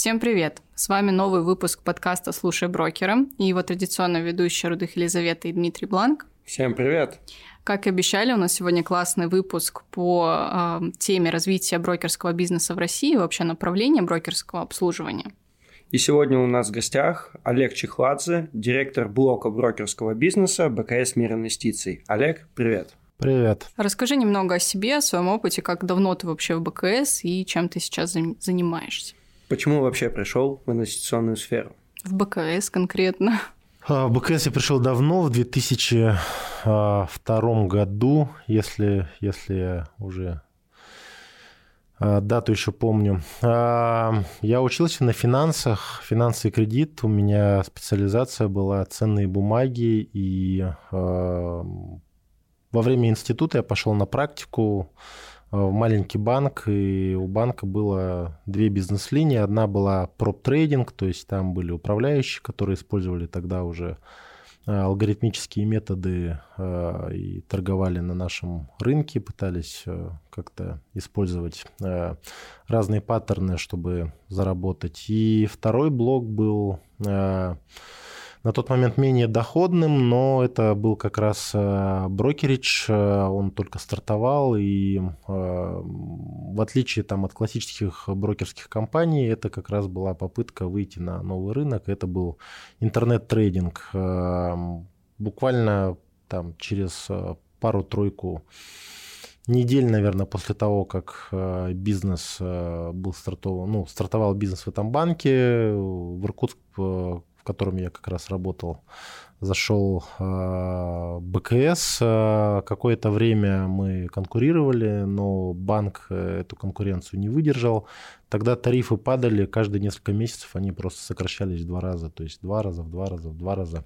Всем привет! С вами новый выпуск подкаста «Слушай брокера» и его традиционно ведущие Рудых Елизавета и Дмитрий Бланк. Всем привет! Как и обещали, у нас сегодня классный выпуск по теме развития брокерского бизнеса в России и вообще направления брокерского обслуживания. И сегодня у нас в гостях Олег Чехладзе, директор блока брокерского бизнеса БКС Мир Инвестиций. Олег, привет! Привет. Расскажи немного о себе, о своем опыте, как давно ты вообще в БКС и чем ты сейчас занимаешься. Почему вообще пришел в инвестиционную сферу? В БКС конкретно. В БКС я пришел давно, в 2002 году, если я уже дату еще помню. Я учился на финансах, финансы и кредит. У меня специализация была ценные бумаги, и во время института я пошел на практику в маленький банк, и у банка было две бизнес-линии. Одна была прop-трейдинг, то есть там были управляющие, которые использовали тогда уже алгоритмические методы и торговали на нашем рынке, пытались как-то использовать разные паттерны, чтобы заработать. И второй блок был на тот момент менее доходным, но это был как раз брокеридж, он только стартовал, и в отличие от классических брокерских компаний, это как раз была попытка выйти на новый рынок, это был интернет-трейдинг. Буквально через пару-тройку недель, наверное, после того, как бизнес был стартовал бизнес в этом банке, в Иркутск, в котором я как раз работал, зашел БКС. Какое-то время мы конкурировали, но банк эту конкуренцию не выдержал. Тогда тарифы падали, каждые несколько месяцев они просто сокращались в 2 раза, то есть в 2 раза.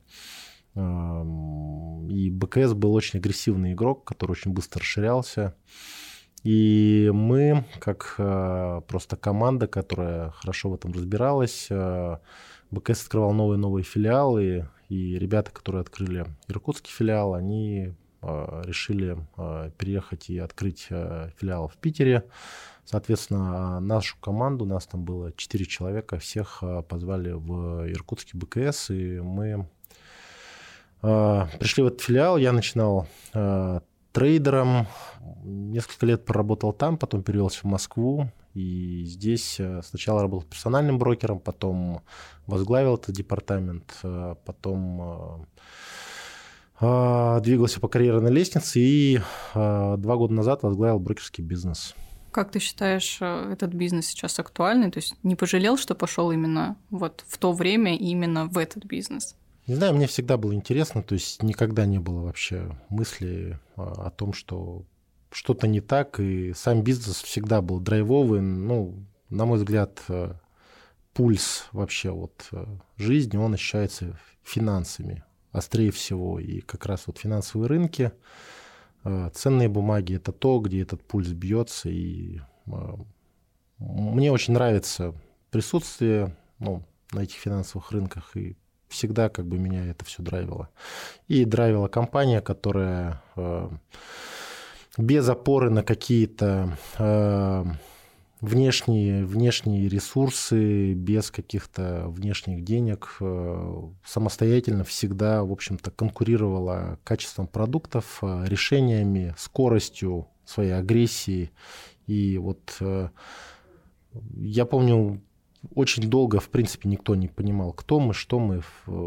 И БКС был очень агрессивный игрок, который очень быстро расширялся. И мы, как просто команда, которая хорошо в этом разбиралась, БКС открывал новые филиалы, и ребята, которые открыли иркутский филиал, они решили переехать и открыть филиал в Питере. Соответственно, нашу команду, нас там было 4 человека, всех позвали в иркутский БКС, и мы пришли в этот филиал. Я начинал трейдером, несколько лет проработал там, потом перевелся в Москву. И здесь сначала работал персональным брокером, потом возглавил этот департамент, потом двигался по карьерной лестнице и 2 года назад возглавил брокерский бизнес. Как ты считаешь, этот бизнес сейчас актуальный? То есть не пожалел, что пошел именно вот в то время именно в этот бизнес? Не знаю, мне всегда было интересно, то есть никогда не было вообще мысли о том, что что-то не так, и сам бизнес всегда был драйвовый. На мой взгляд, пульс вообще жизни, он ощущается финансами острее всего. И как раз финансовые рынки, ценные бумаги – это то, где этот пульс бьется. И мне очень нравится присутствие на этих финансовых рынках, и всегда меня это все драйвило. И драйвила компания, которая без опоры на какие-то внешние ресурсы, без каких-то внешних денег, самостоятельно всегда, в общем-то, конкурировала качеством продуктов, решениями, скоростью своей агрессии. И я помню, очень долго, в принципе, никто не понимал, кто мы, что мы.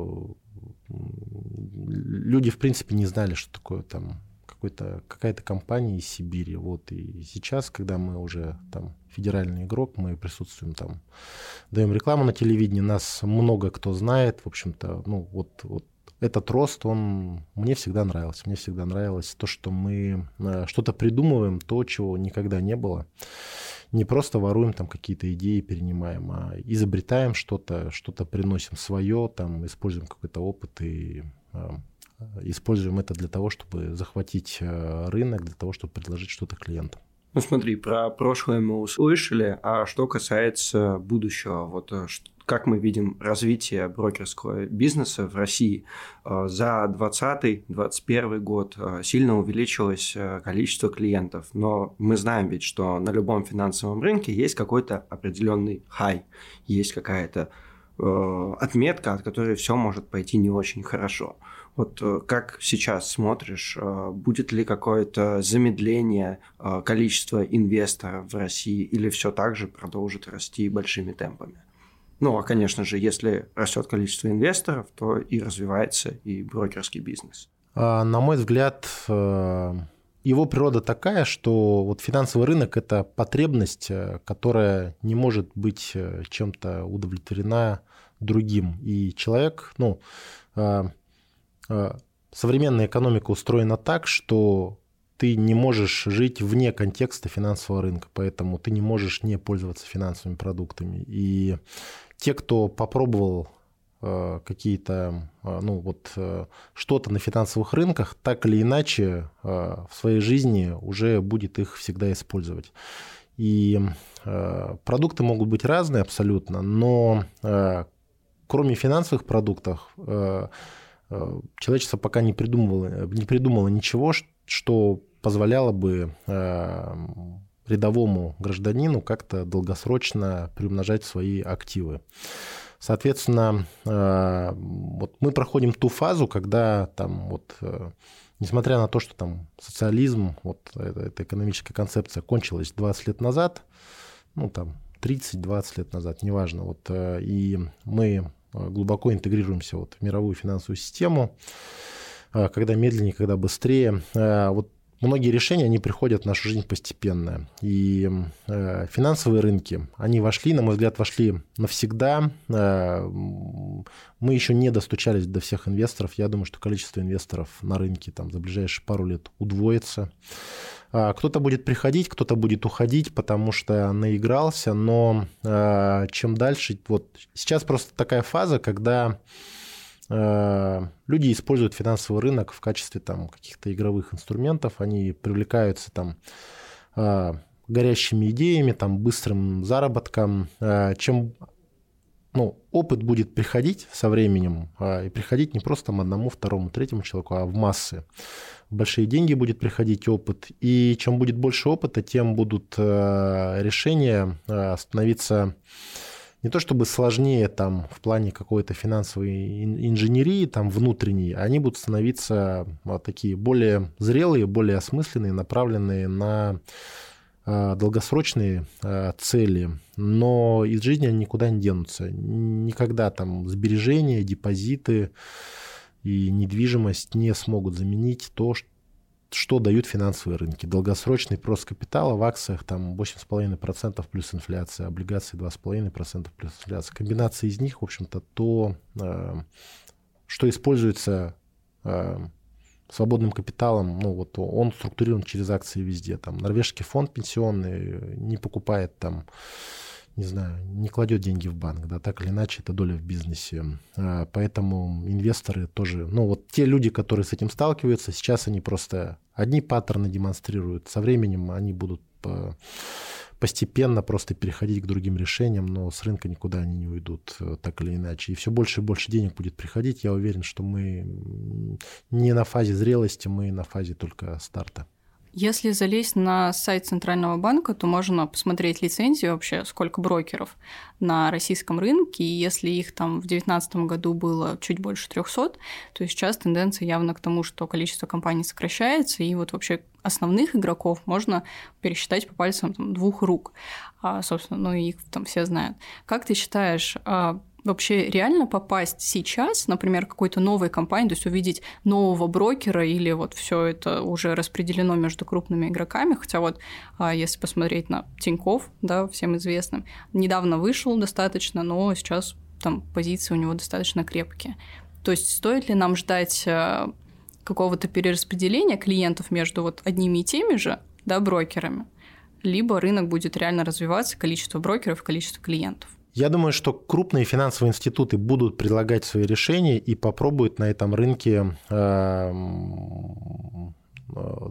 Люди, в принципе, не знали, что такое какая-то компания из Сибири. И сейчас, когда мы уже федеральный игрок, мы присутствуем даем рекламу на телевидении, нас много кто знает. В общем-то, этот рост, он мне всегда нравился. Мне всегда нравилось то, что мы что-то придумываем, то, чего никогда не было. Не просто воруем какие-то идеи, перенимаем, а изобретаем что-то приносим свое, используем какой-то опыт и используем это для того, чтобы захватить рынок, для того, чтобы предложить что-то клиентам. Ну смотри, про прошлое мы услышали, а что касается будущего, вот как мы видим развитие брокерского бизнеса в России, за 2020-2021 год сильно увеличилось количество клиентов, но мы знаем ведь, что на любом финансовом рынке есть какой-то определенный хай, есть какая-то отметка, от которой все может пойти не очень хорошо. Вот как сейчас смотришь, будет ли какое-то замедление количества инвесторов в России или все так же продолжит расти большими темпами? Ну, а, конечно же, если растет количество инвесторов, то и развивается и брокерский бизнес. На мой взгляд, его природа такая, что вот финансовый рынок – это потребность, которая не может быть чем-то удовлетворена другим. И человек, современная экономика устроена так, что ты не можешь жить вне контекста финансового рынка, поэтому ты не можешь не пользоваться финансовыми продуктами. И те, кто попробовал какие-то, что-то на финансовых рынках, так или иначе в своей жизни уже будет их всегда использовать. И продукты могут быть разные абсолютно, но кроме финансовых продуктов человечество пока не придумало ничего, что позволяло бы рядовому гражданину как-то долгосрочно приумножать свои активы. Соответственно, вот мы проходим ту фазу, когда несмотря на то, что там социализм, вот эта экономическая концепция кончилась 20 лет назад, 30-20 лет назад, неважно, и мы глубоко интегрируемся в мировую финансовую систему, когда медленнее, когда быстрее. Многие решения, они приходят в нашу жизнь постепенно. И финансовые рынки, они вошли, на мой взгляд, навсегда. Мы еще не достучались до всех инвесторов. Я думаю, что количество инвесторов на рынке за ближайшие пару лет удвоится. Кто-то будет приходить, кто-то будет уходить, потому что наигрался. Но чем дальше... Сейчас просто такая фаза, когда... люди используют финансовый рынок в качестве каких-то игровых инструментов, они привлекаются горящими идеями, быстрым заработком. Чем опыт будет приходить со временем, и приходить не просто одному, второму, третьему человеку, а в массы. Большие деньги будет приходить опыт, и чем будет больше опыта, тем будут решения становиться... не то чтобы сложнее в плане какой-то финансовой инженерии внутренней, они будут становиться такие более зрелые, более осмысленные, направленные на долгосрочные цели, но из жизни они никуда не денутся. Никогда сбережения, депозиты и недвижимость не смогут заменить то, что дают финансовые рынки. Долгосрочный прирост капитала в акциях 8,5% плюс инфляция, облигации 2,5% плюс инфляция. Комбинация из них, в общем-то, то, что используется свободным капиталом, он структурирован через акции везде. Норвежский фонд пенсионный не покупает не кладет деньги в банк, так или иначе это доля в бизнесе. Поэтому инвесторы тоже, те люди, которые с этим сталкиваются, сейчас они просто одни паттерны демонстрируют, со временем они будут постепенно просто переходить к другим решениям, но с рынка никуда они не уйдут, так или иначе. И все больше и больше денег будет приходить. Я уверен, что мы не на фазе зрелости, мы на фазе только старта. Если залезть на сайт Центрального банка, то можно посмотреть лицензии вообще, сколько брокеров на российском рынке, и если их в 2019 году было чуть больше 300, то сейчас тенденция явно к тому, что количество компаний сокращается, и вообще основных игроков можно пересчитать по пальцам двух рук. Собственно, их все знают. Как ты считаешь, вообще реально попасть сейчас, например, какой-то новой компании, то есть увидеть нового брокера или все это уже распределено между крупными игроками, хотя если посмотреть на Тинькофф, всем известным, недавно вышел достаточно, но сейчас позиции у него достаточно крепкие. То есть стоит ли нам ждать какого-то перераспределения клиентов между одними и теми же брокерами, либо рынок будет реально развиваться, количество брокеров, количество клиентов? Я думаю, что крупные финансовые институты будут предлагать свои решения и попробуют на этом рынке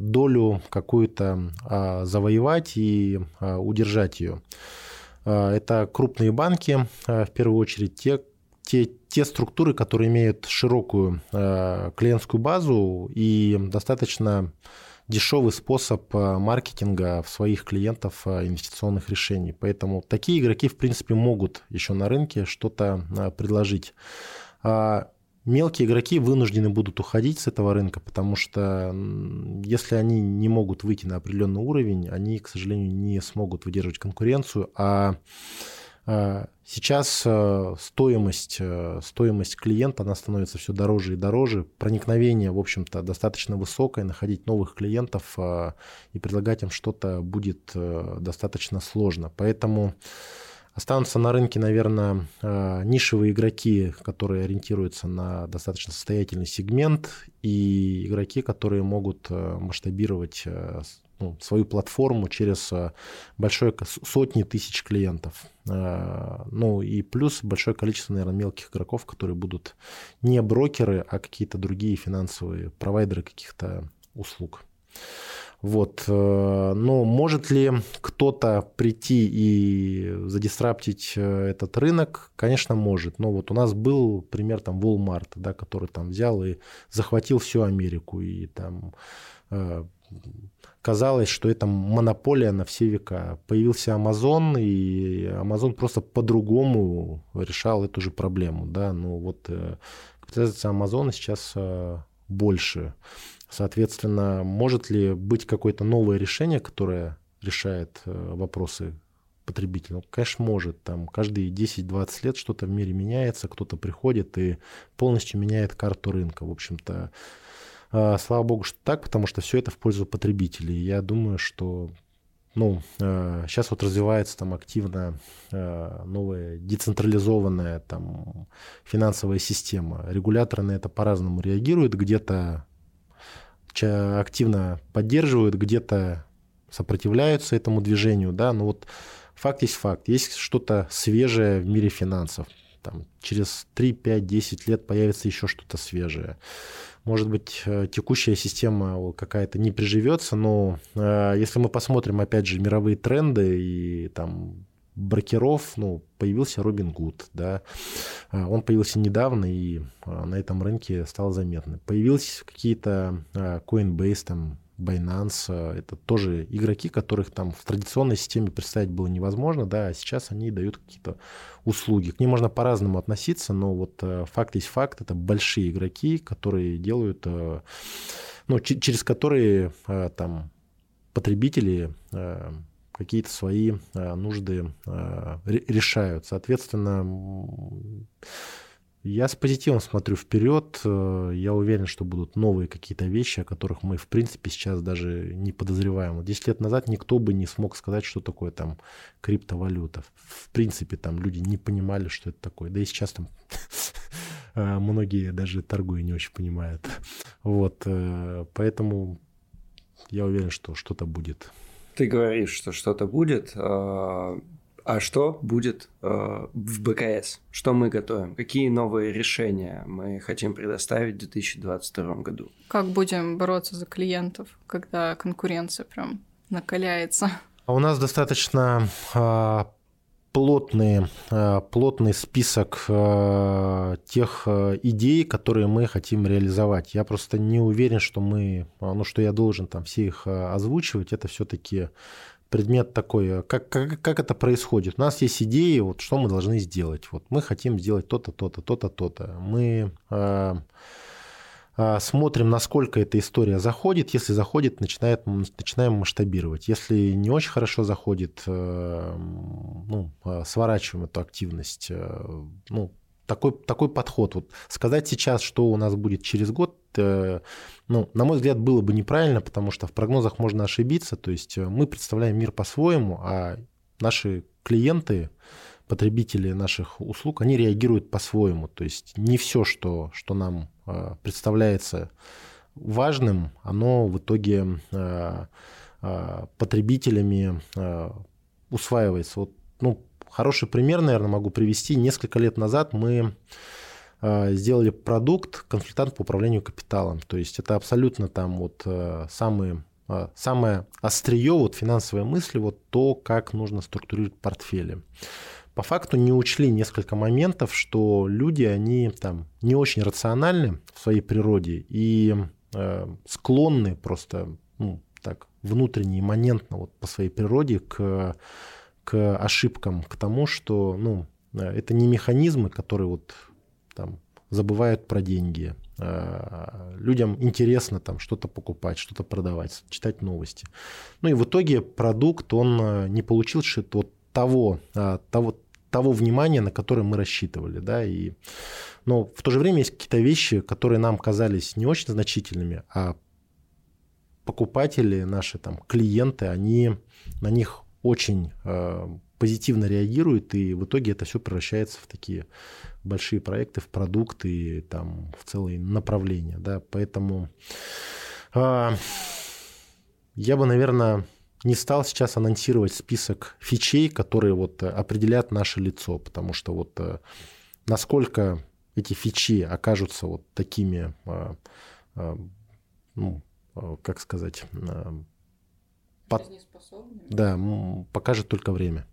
долю какую-то завоевать и удержать ее. Это крупные банки, в первую очередь те структуры, которые имеют широкую клиентскую базу и достаточно дешевый способ маркетинга в своих клиентов инвестиционных решений. Поэтому такие игроки, в принципе, могут еще на рынке что-то предложить. Мелкие игроки вынуждены будут уходить с этого рынка, потому что если они не могут выйти на определенный уровень, они, к сожалению, не смогут выдерживать конкуренцию, а сейчас стоимость клиента, она становится все дороже и дороже. Проникновение, в общем-то, достаточно высокое. Находить новых клиентов и предлагать им что-то будет достаточно сложно. Поэтому останутся на рынке, наверное, нишевые игроки, которые ориентируются на достаточно состоятельный сегмент, и игроки, которые могут масштабировать свою платформу через сотни тысяч клиентов. И плюс большое количество, наверное, мелких игроков, которые будут не брокеры, а какие-то другие финансовые провайдеры каких-то услуг. Вот. Но может ли кто-то прийти и задисраптить этот рынок? Конечно, может. Но вот у нас был пример Walmart, да, который взял и захватил всю Америку. И казалось, что это монополия на все века. Появился Amazon, и Amazon просто по-другому решал эту же проблему. Да? Капитализация Amazon сейчас больше. Соответственно, может ли быть какое-то новое решение, которое решает вопросы потребителя? Конечно, может. Каждые 10-20 лет что-то в мире меняется, кто-то приходит и полностью меняет карту рынка. В общем-то, слава богу, что так, потому что все это в пользу потребителей. Я думаю, что сейчас развивается активно новая децентрализованная финансовая система. Регуляторы на это по-разному реагируют, где-то активно поддерживают, где-то сопротивляются этому движению, да, но факт есть факт. Есть что-то свежее в мире финансов. Через 3, 5, 10 лет появится еще что-то свежее. Может быть, текущая система какая-то не приживется, но если мы посмотрим, опять же, мировые тренды и брокеров, появился Robinhood, да, он появился недавно и на этом рынке стал заметным. Появились какие-то Coinbase, Binance, это тоже игроки, которых в традиционной системе представить было невозможно, да, а сейчас они дают какие-то услуги. К ним можно по-разному относиться, но факт есть факт, это большие игроки, которые делают, через которые потребители какие-то свои нужды решают. Соответственно, я с позитивом смотрю вперед. Я уверен, что будут новые какие-то вещи, о которых мы, в принципе, сейчас даже не подозреваем. 10 лет назад никто бы не смог сказать, что такое криптовалюта. В принципе, люди не понимали, что это такое. Да и сейчас многие даже торгуя не очень понимают. Поэтому я уверен, что что-то будет. Ты говоришь, что что-то будет, а что будет в БКС? Что мы готовим? Какие новые решения мы хотим предоставить в 2022 году? Как будем бороться за клиентов, когда конкуренция прям накаляется? У нас достаточно плотный список тех идей, которые мы хотим реализовать. Я просто не уверен, что я должен все их озвучивать. Это все-таки предмет такой, как это происходит. У нас есть идеи, что мы должны сделать. Мы хотим сделать то-то, то-то, то-то, то-то. Мы смотрим, насколько эта история заходит. Если заходит, начинаем масштабировать. Если не очень хорошо заходит, сворачиваем эту активность. Такой подход. Сказать сейчас, что у нас будет через год, на мой взгляд, было бы неправильно, потому что в прогнозах можно ошибиться. То есть мы представляем мир по-своему, а наши клиенты, потребители наших услуг, они реагируют по-своему. То есть не все, что нам представляется важным, оно в итоге потребителями усваивается. Хороший пример, наверное, могу привести. Несколько лет назад мы сделали продукт «Консультант по управлению капиталом». То есть это абсолютно самый самое острие вот финансовой мысли, вот то, как нужно структурировать портфели. По факту не учли несколько моментов, что люди, они там не очень рациональны в своей природе и склонны просто так внутренне, имманентно вот по своей природе к ошибкам, к тому, что это не механизмы, которые вот там забывают про деньги. Людям интересно там что-то покупать, что-то продавать, читать новости. И в итоге продукт, он не получил вот того внимания, на которое мы рассчитывали. Да? Но в то же время есть какие-то вещи, которые нам казались не очень значительными, а покупатели, наши там клиенты, они на них очень позитивно реагируют, и в итоге это все превращается в такие большие проекты, в продукты, там, в целые направления. Да? Поэтому я бы, наверное, не стал сейчас анонсировать список фичей, которые вот определят наше лицо, потому что вот насколько эти фичи окажутся вот такими, как сказать, да, покажет только время.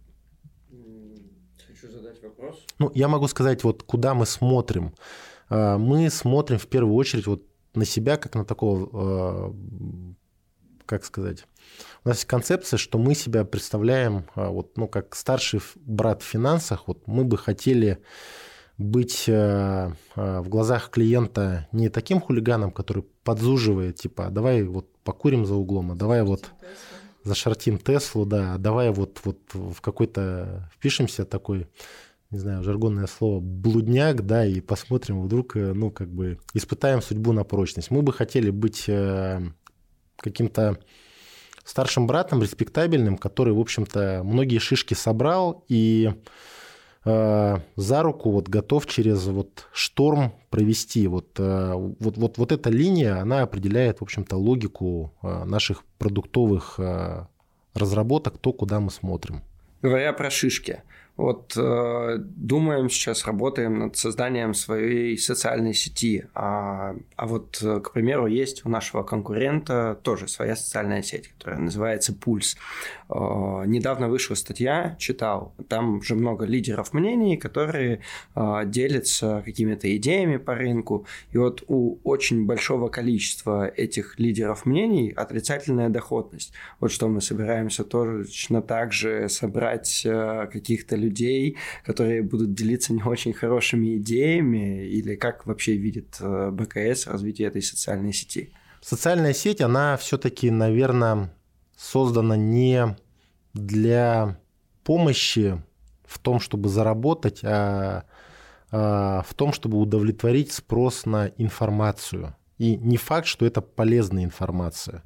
Хочу задать вопрос. Я могу сказать, вот куда мы смотрим. Мы смотрим в первую очередь вот на себя, как на такого, как сказать, у нас есть концепция, что мы себя представляем вот, как старший брат в финансах. Вот мы бы хотели быть в глазах клиента не таким хулиганом, который подзуживает, типа, давай вот покурим за углом, а давай вот зашортим Теслу, да, а давай вот в какой-то впишемся такой, не знаю, жаргонное слово, блудняк, да, и посмотрим, вдруг, испытаем судьбу на прочность. Мы бы хотели быть каким-то старшим братом, респектабельным, который, в общем-то, многие шишки собрал и за руку вот готов через вот шторм провести. Вот эта линия, она определяет, в общем-то, логику наших продуктовых разработок, то, куда мы смотрим. Говоря про шишки, вот думаем сейчас, работаем над созданием своей социальной сети. А вот, к примеру, есть у нашего конкурента тоже своя социальная сеть, которая называется «Пульс». Недавно вышла статья, читал, там же много лидеров мнений, которые делятся какими-то идеями по рынку. И вот у очень большого количества этих лидеров мнений отрицательная доходность. Вот что мы собираемся точно так же собрать каких-то людей, которые будут делиться не очень хорошими идеями, или как вообще видит БКС развитие этой социальной сети? Социальная сеть, она все-таки, наверное, создана не для помощи в том, чтобы заработать, а в том, чтобы удовлетворить спрос на информацию. И не факт, что это полезная информация.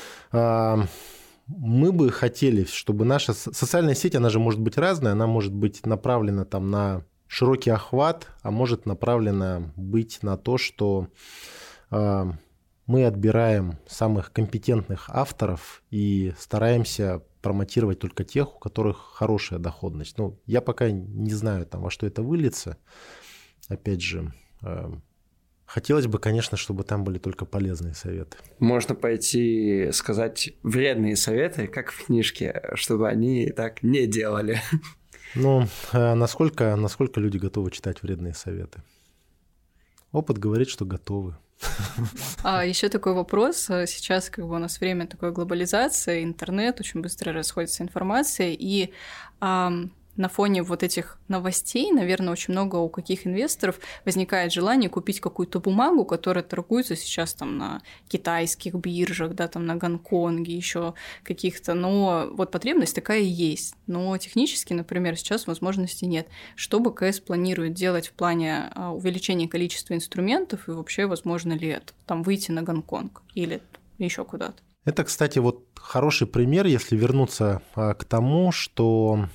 Мы бы хотели, чтобы наша социальная сеть, она же может быть разная, она может быть направлена там на широкий охват, а может направлена быть на то, что мы отбираем самых компетентных авторов и стараемся промотировать только тех, у которых хорошая доходность. Я пока не знаю, там, во что это выльется. Опять же, хотелось бы, конечно, чтобы там были только полезные советы. Можно пойти сказать вредные советы, как в книжке, чтобы они так не делали. Насколько люди готовы читать вредные советы? Опыт говорит, что готовы. Еще такой вопрос. Сейчас у нас время такой глобализации, интернет, очень быстро расходится информация, и на фоне вот этих новостей, наверное, очень много у каких инвесторов возникает желание купить какую-то бумагу, которая торгуется сейчас там на китайских биржах, да, там на Гонконге, еще каких-то, но вот потребность такая и есть. Но технически, например, сейчас возможности нет. Что БКС планирует делать в плане увеличения количества инструментов и вообще возможно ли это? Там выйти на Гонконг или еще куда-то? Это, кстати, вот хороший пример, если вернуться к тому, что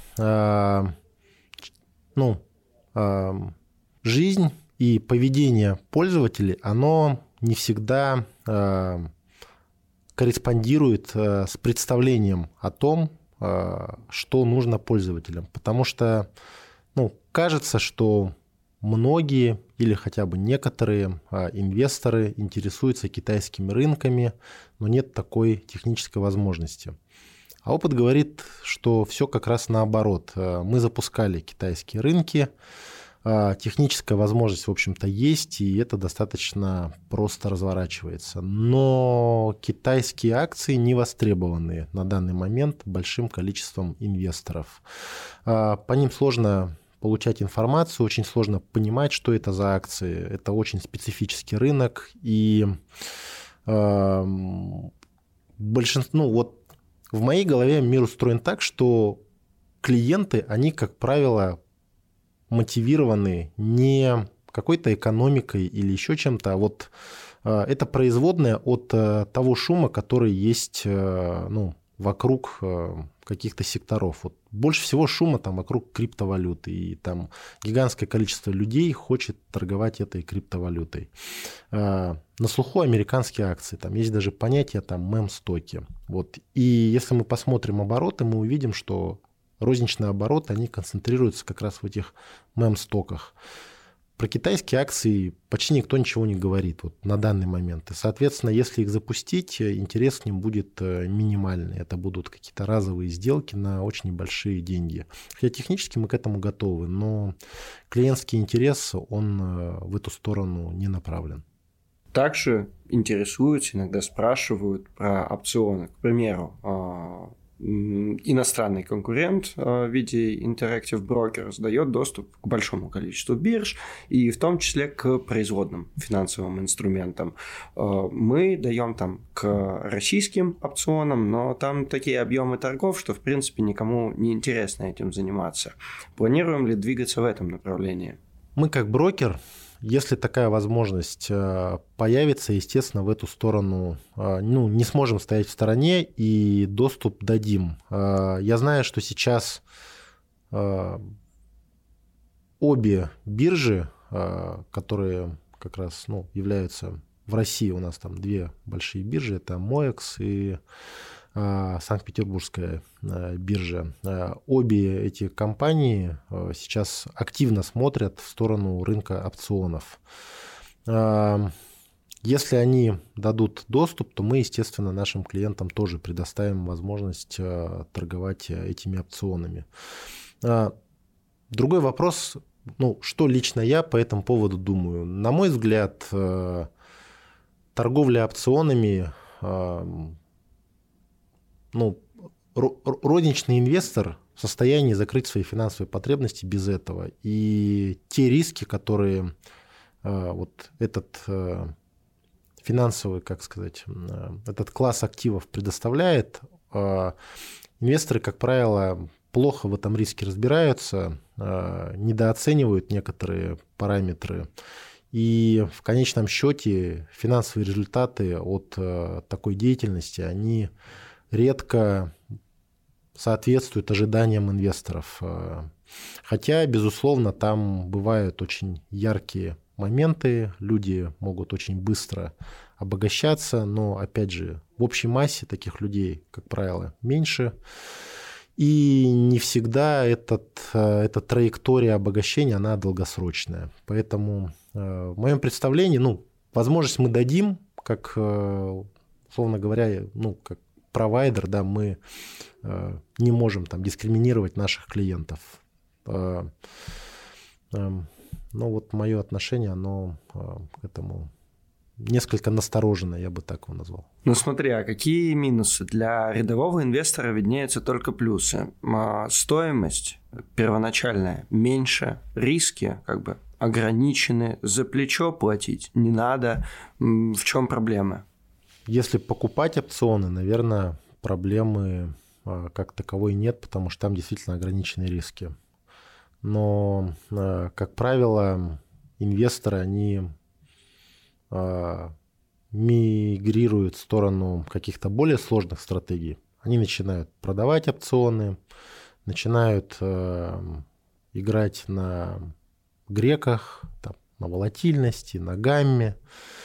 жизнь и поведение пользователей, оно не всегда корреспондирует с представлением о том, что нужно пользователям. Потому что кажется, что многие или хотя бы некоторые инвесторы интересуются китайскими рынками, но нет такой технической возможности. А опыт говорит, что все как раз наоборот. Мы запускали китайские рынки, техническая возможность, в общем-то, есть, и это достаточно просто разворачивается. Но китайские акции не востребованы на данный момент большим количеством инвесторов. По ним сложно получать информацию, очень сложно понимать, что это за акции. Это очень специфический рынок, и большинство, вот в моей голове мир устроен так, что клиенты, они, как правило, мотивированы не какой-то экономикой или еще чем-то, а вот это производное от того шума, который есть вокруг каких-то секторов. Вот больше всего шума там вокруг криптовалюты, и там гигантское количество людей хочет торговать этой криптовалютой. На слуху американские акции, там есть даже понятие там мем-стоки. Вот. И если мы посмотрим обороты, мы увидим, что розничные обороты, они концентрируются как раз в этих мем-стоках. Про китайские акции почти никто ничего не говорит вот на данный момент. И, соответственно, если их запустить, интерес к ним будет минимальный. Это будут какие-то разовые сделки на очень небольшие деньги. Хотя технически мы к этому готовы, но клиентский интерес, он в эту сторону не направлен. Также интересуются, иногда спрашивают про опционы. К примеру, иностранный конкурент в виде Interactive Brokers дает доступ к большому количеству бирж и в том числе к производным финансовым инструментам. Мы даем там к российским опционам, но там такие объемы торгов, что в принципе никому не интересно этим заниматься. Планируем ли двигаться в этом направлении? Мы как брокер, если такая возможность появится, естественно, в эту сторону не сможем стоять в стороне и доступ дадим. Я знаю, что сейчас обе биржи, которые как раз являются в России, у нас там две большие биржи, это MOEX и Санкт-Петербургская биржа. Обе эти компании сейчас активно смотрят в сторону рынка опционов. Если они дадут доступ, то мы, естественно, нашим клиентам тоже предоставим возможность торговать этими опционами. Другой вопрос, что лично я по этому поводу думаю. На мой взгляд, торговля опционами, розничный инвестор в состоянии закрыть свои финансовые потребности без этого. И те риски, которые вот этот финансовый, этот класс активов предоставляет, инвесторы, как правило, плохо в этом риске разбираются, недооценивают некоторые параметры. И в конечном счете финансовые результаты от такой деятельности, они редко соответствуют ожиданиям инвесторов. Хотя, безусловно, там бывают очень яркие моменты, люди могут очень быстро обогащаться, но, опять же, в общей массе таких людей, как правило, меньше. И не всегда эта траектория обогащения, она долгосрочная. Поэтому в моем представлении, возможность мы дадим, как, условно говоря, как провайдер, да, мы не можем там дискриминировать наших клиентов. Вот мое отношение, оно к этому несколько настороженно, я бы так его назвал. Смотри, а какие минусы? Для рядового инвестора виднеются только плюсы. Стоимость первоначальная меньше, риски ограничены, за плечо платить не надо. В чем проблема? Если покупать опционы, наверное, проблемы как таковой нет, потому что там действительно ограниченные риски. Но, как правило, инвесторы, они мигрируют в сторону каких-то более сложных стратегий. Они начинают продавать опционы, начинают играть на греках, на волатильности, на гамме.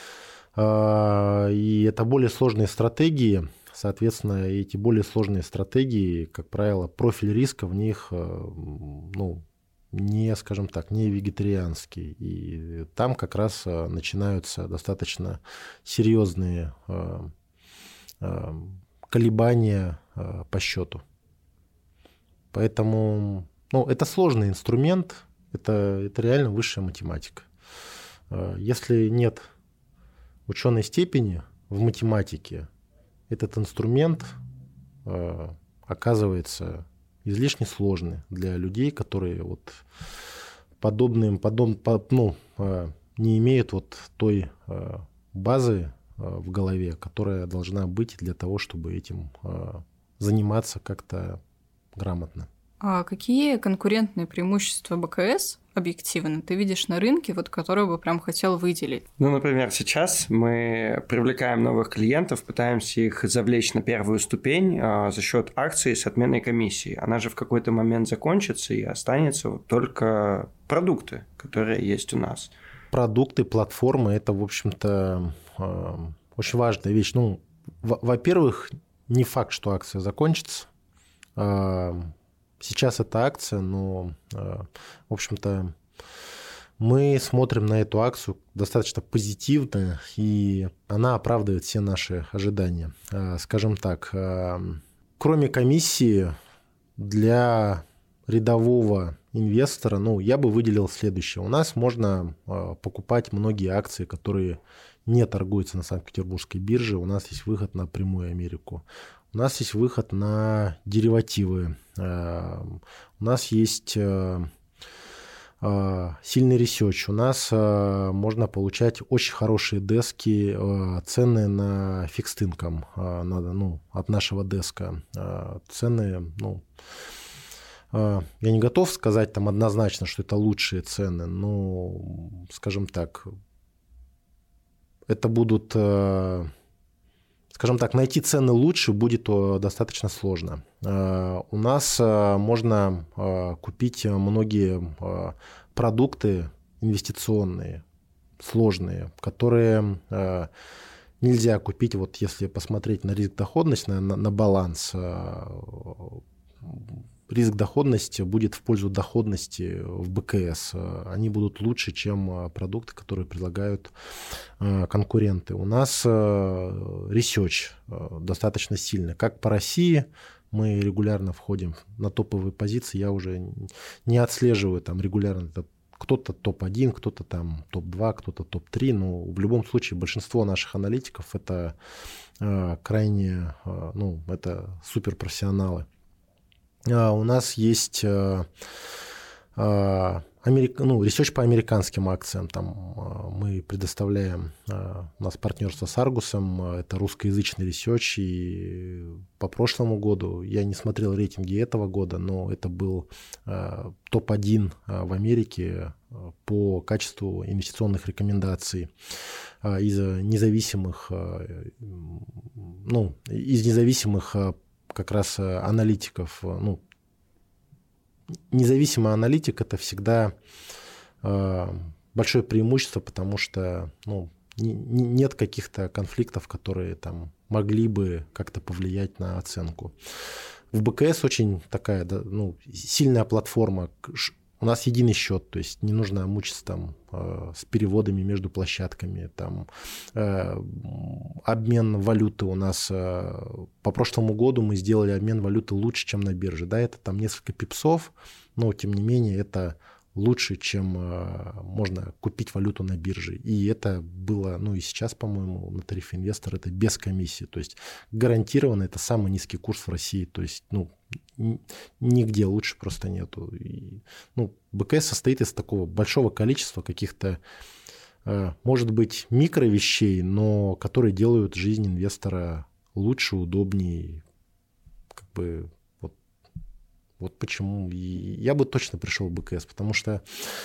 И это более сложные стратегии. Соответственно, эти более сложные стратегии, как правило, профиль риска в них не, скажем так, не вегетарианский. И там как раз начинаются достаточно серьезные колебания по счету. Поэтому это сложный инструмент, это реально высшая математика. Если нет ученой степени в математике, этот инструмент оказывается излишне сложный для людей, которые не имеют той базы в голове, которая должна быть для того, чтобы этим заниматься как-то грамотно. А какие конкурентные преимущества БКС объективно ты видишь на рынке, которые бы прям хотел выделить? Например, сейчас мы привлекаем новых клиентов, пытаемся их завлечь на первую ступень за счет акций с отменой комиссии. Она же в какой-то момент закончится, и останется только продукты, которые есть у нас. Продукты, платформы – это, в общем-то, очень важная вещь. Во-первых, не факт, что акция закончится. Сейчас это акция, но, в общем-то, мы смотрим на эту акцию достаточно позитивно, и она оправдывает все наши ожидания. Скажем так, кроме комиссии, для рядового инвестора, я бы выделил следующее. У нас можно покупать многие акции, которые не торгуются на Санкт-Петербургской бирже. У нас есть выход на прямую Америку. У нас есть выход на деривативы. У нас есть сильный ресерч. У нас можно получать очень хорошие дески, цены на фикст инком от нашего деска. Цены, я не готов сказать однозначно, что это лучшие цены, но, скажем так, это будут... Скажем так, найти цены лучше будет достаточно сложно. У нас можно купить многие продукты инвестиционные, сложные, которые нельзя купить, если посмотреть на риск-доходность, на баланс. Риск-доходность будет в пользу доходности в БКС. Они будут лучше, чем продукты, которые предлагают конкуренты. У нас ресерч достаточно сильный. Как по России, мы регулярно входим на топовые позиции. Я уже не отслеживаю регулярно. Кто-то топ-1, кто-то топ-2, кто-то топ-3. Но в любом случае большинство наших аналитиков это крайне, это суперпрофессионалы. У нас есть ресерч по американским акциям. Мы предоставляем, у нас партнерство с Аргусом, это русскоязычный ресерч. И по прошлому году, я не смотрел рейтинги этого года, но это был топ-1 в Америке по качеству инвестиционных рекомендаций из независимых как раз аналитиков. Независимый аналитик – это всегда большое преимущество, потому что нет каких-то конфликтов, которые могли бы как-то повлиять на оценку. В БКС очень такая сильная платформа. У нас единый счет, то есть не нужно мучиться с переводами между площадками. Обмен валюты у нас по прошлому году мы сделали обмен валюты лучше, чем на бирже. Да, это несколько пипсов, но тем не менее это лучше, чем можно купить валюту на бирже. И это было, и сейчас, по-моему, на тарифе инвестор это без комиссии. То есть гарантированно это самый низкий курс в России. То есть, нигде лучше просто нету. И, БКС состоит из такого большого количества каких-то, может быть, микровещей, но которые делают жизнь инвестора лучше, удобнее. Вот почему. И я бы точно пришел в БКС, потому что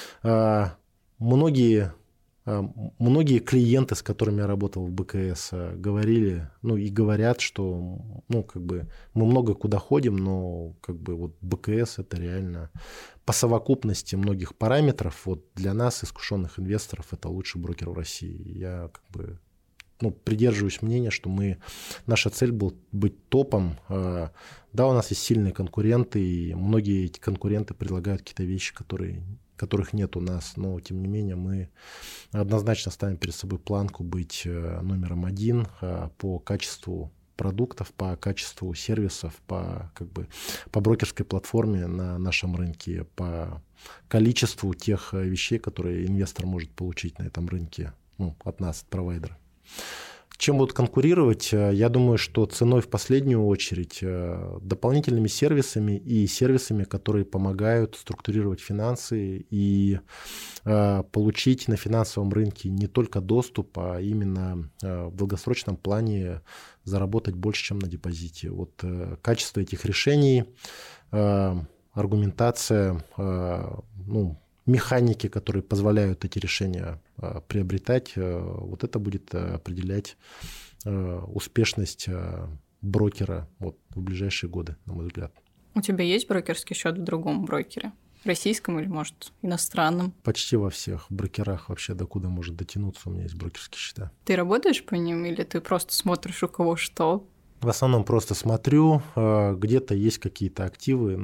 многие клиенты, с которыми я работал в БКС, говорили, и говорят, что мы много куда ходим, но БКС это реально по совокупности многих параметров для нас, искушенных инвесторов, это лучший брокер в России. Я придерживаюсь мнения, что наша цель была быть топом. Да, у нас есть сильные конкуренты, и многие эти конкуренты предлагают какие-то вещи, которых нет у нас, но тем не менее мы однозначно ставим перед собой планку быть номером один по качеству продуктов, по качеству сервисов, по брокерской платформе на нашем рынке, по количеству тех вещей, которые инвестор может получить на этом рынке от нас, от провайдера. Чем будут конкурировать? Я думаю, что ценой в последнюю очередь, дополнительными сервисами и сервисами, которые помогают структурировать финансы и получить на финансовом рынке не только доступ, а именно в долгосрочном плане заработать больше, чем на депозите. Вот качество этих решений, аргументация, механики, которые позволяют эти решения приобретать, вот это будет определять успешность брокера в ближайшие годы, на мой взгляд. У тебя есть брокерский счет в другом брокере? Российском или, может, иностранном? Почти во всех брокерах вообще докуда может дотянуться, у меня есть брокерские счета. Ты работаешь по ним или ты просто смотришь, у кого что? В основном просто смотрю, где-то есть какие-то активы,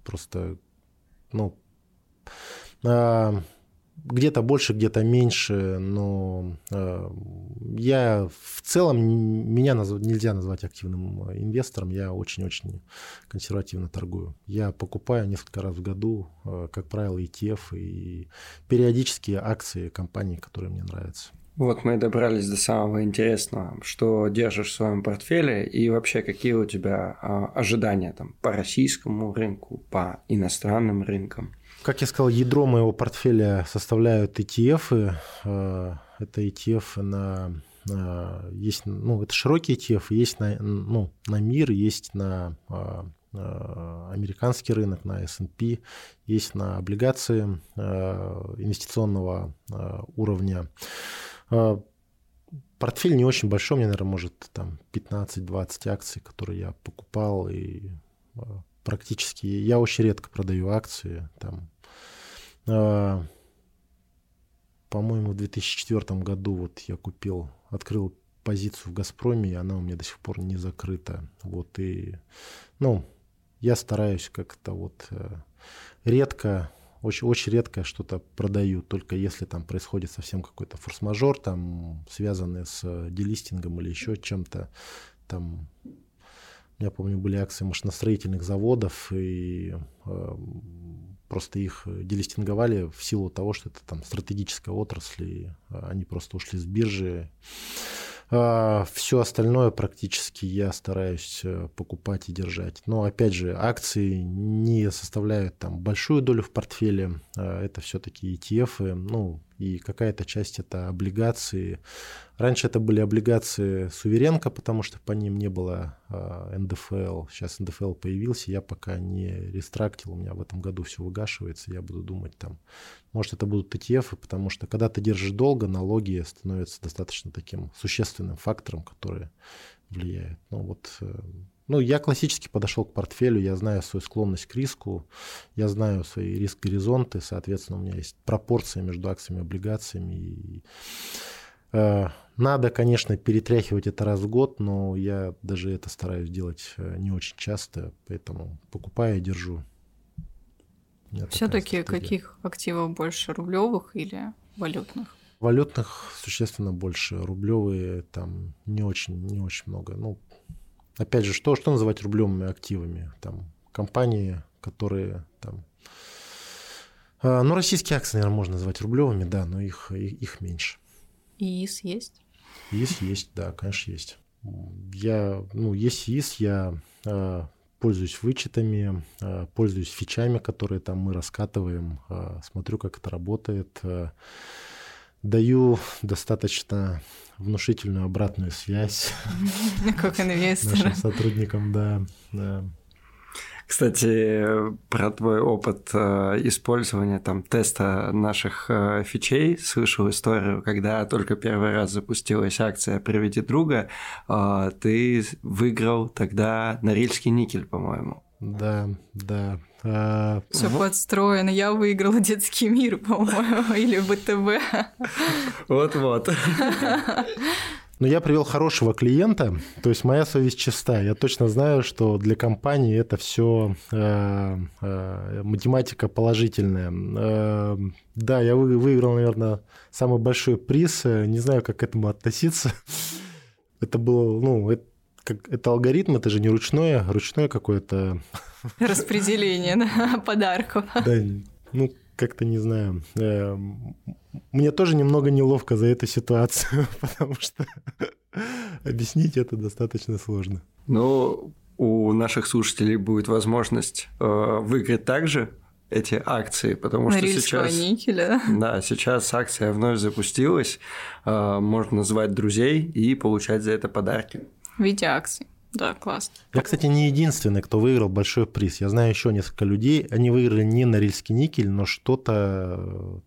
где-то больше, где-то меньше, но я в целом, меня нельзя назвать активным инвестором, я очень-очень консервативно торгую. Я покупаю несколько раз в году, как правило, ETF и периодически акции компаний, которые мне нравятся. Вот мы и добрались до самого интересного, что держишь в своем портфеле и вообще какие у тебя ожидания по российскому рынку, по иностранным рынкам. Как я сказал, ядро моего портфеля составляют ETF. Это ETF это широкий ETF, есть на мир, есть на американский рынок, на S&P, есть на облигации инвестиционного уровня. Портфель не очень большой, мне, наверное, может 15-20 акций, которые я покупал, и практически я очень редко продаю акции. По-моему, в 2004 году я открыл позицию в «Газпроме», и она у меня до сих пор не закрыта. Я стараюсь как-то редко, очень редко что-то продаю, только если происходит совсем какой-то форс-мажор, связанный с делистингом или еще чем-то. Я помню, были акции машиностроительных заводов, и просто их делистинговали в силу того, что это стратегическая отрасль, и они просто ушли с биржи. Все остальное практически я стараюсь покупать и держать. Но, опять же, акции не составляют большую долю в портфеле. Это все-таки ETF, и какая-то часть это облигации. Раньше это были облигации Суверенко, потому что по ним не было НДФЛ. Сейчас НДФЛ появился, я пока не рестрактил, у меня в этом году все выгашивается. Я буду думать, может, это будут ETF, потому что когда ты держишь долго, налоги становятся достаточно таким существенным фактором, который влияет. Я классически подошел к портфелю, я знаю свою склонность к риску, я знаю свои риск-горизонты, соответственно, у меня есть пропорция между акциями и облигациями. И, надо, конечно, перетряхивать это раз в год, но я даже это стараюсь делать не очень часто, поэтому покупаю и держу. Все-таки каких активов больше, рублевых или валютных? Валютных существенно больше, рублевые не очень много. Опять же, что называть рублевыми активами? Компании, которые российские акции, наверное, можно назвать рублевыми, да, но их меньше. ИИС есть? ИИС есть, да, конечно, есть. Есть ИИС, я пользуюсь вычетами, пользуюсь фичами, которые мы раскатываем, смотрю, как это работает. Даю достаточно внушительную обратную связь. Как инвестор. Нашим сотрудникам, да. Кстати, про твой опыт использования теста наших фичей слышал историю, когда только первый раз запустилась акция «Приведи друга», ты выиграл тогда Норильский никель, по-моему. Да. Все подстроено. Я выиграла «Детский мир», по-моему, или ВТБ. Вот. Но я привел хорошего клиента, то есть моя совесть чиста. Я точно знаю, что для компании это все математика положительная. Да, я выиграл, наверное, самый большой приз. Не знаю, как к этому относиться. Это было, это алгоритм, это же не ручное какое-то... Распределение, да, подарков. Да, как-то не знаю. Мне тоже немного неловко за эту ситуацию, потому что объяснить это достаточно сложно. Ну, у наших слушателей будет возможность выиграть также эти акции, потому что сейчас... никеля. Да, сейчас акция вновь запустилась. Можно называть друзей и получать за это подарки. В виде акций. Да, классно. Я, кстати, не единственный, кто выиграл большой приз. Я знаю еще несколько людей. Они выиграли не Норильский никель, но что-то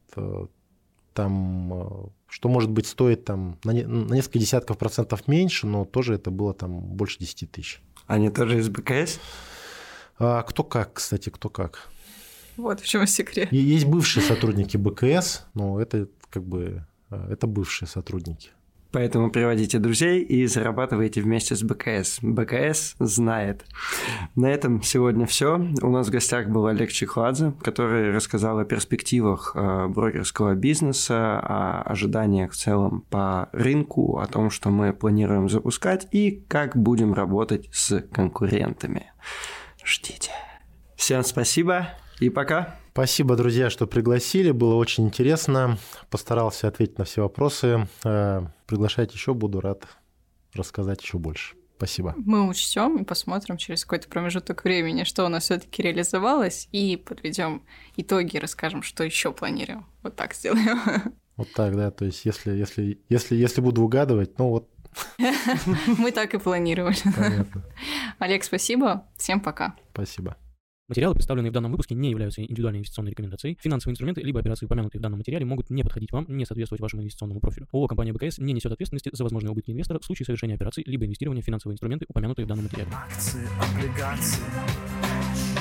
там, что, может быть, стоит там на несколько десятков процентов меньше, но тоже это было там больше 10 тысяч. Они тоже из БКС? Кто как, кстати, кто как. Вот в чем секрет. Есть бывшие сотрудники БКС, но это это бывшие сотрудники. Поэтому приводите друзей и зарабатывайте вместе с БКС. БКС знает. На этом сегодня все. У нас в гостях был Олег Чехладзе, который рассказал о перспективах брокерского бизнеса, о ожиданиях в целом по рынку, о том, что мы планируем запускать и как будем работать с конкурентами. Ждите. Всем спасибо и пока. Спасибо, друзья, что пригласили. Было очень интересно. Постарался ответить на все вопросы. Приглашайте еще, буду рад рассказать еще больше. Спасибо. Мы учтем и посмотрим через какой-то промежуток времени, что у нас все-таки реализовалось, и подведем итоги, расскажем, что еще планируем. Вот так сделаем. Вот так, да. То есть, если буду угадывать, Мы так и планировали. Понятно. Олег, спасибо. Всем пока. Спасибо. Материалы, представленные в данном выпуске, не являются индивидуальной инвестиционной рекомендацией. Финансовые инструменты либо операции, упомянутые в данном материале, могут не подходить вам, не соответствовать вашему инвестиционному профилю. ООО «Компания БКС» не несет ответственности за возможные убытки инвестора в случае совершения операций либо инвестирования в финансовые инструменты, упомянутые в данном материале. Акции, облигации,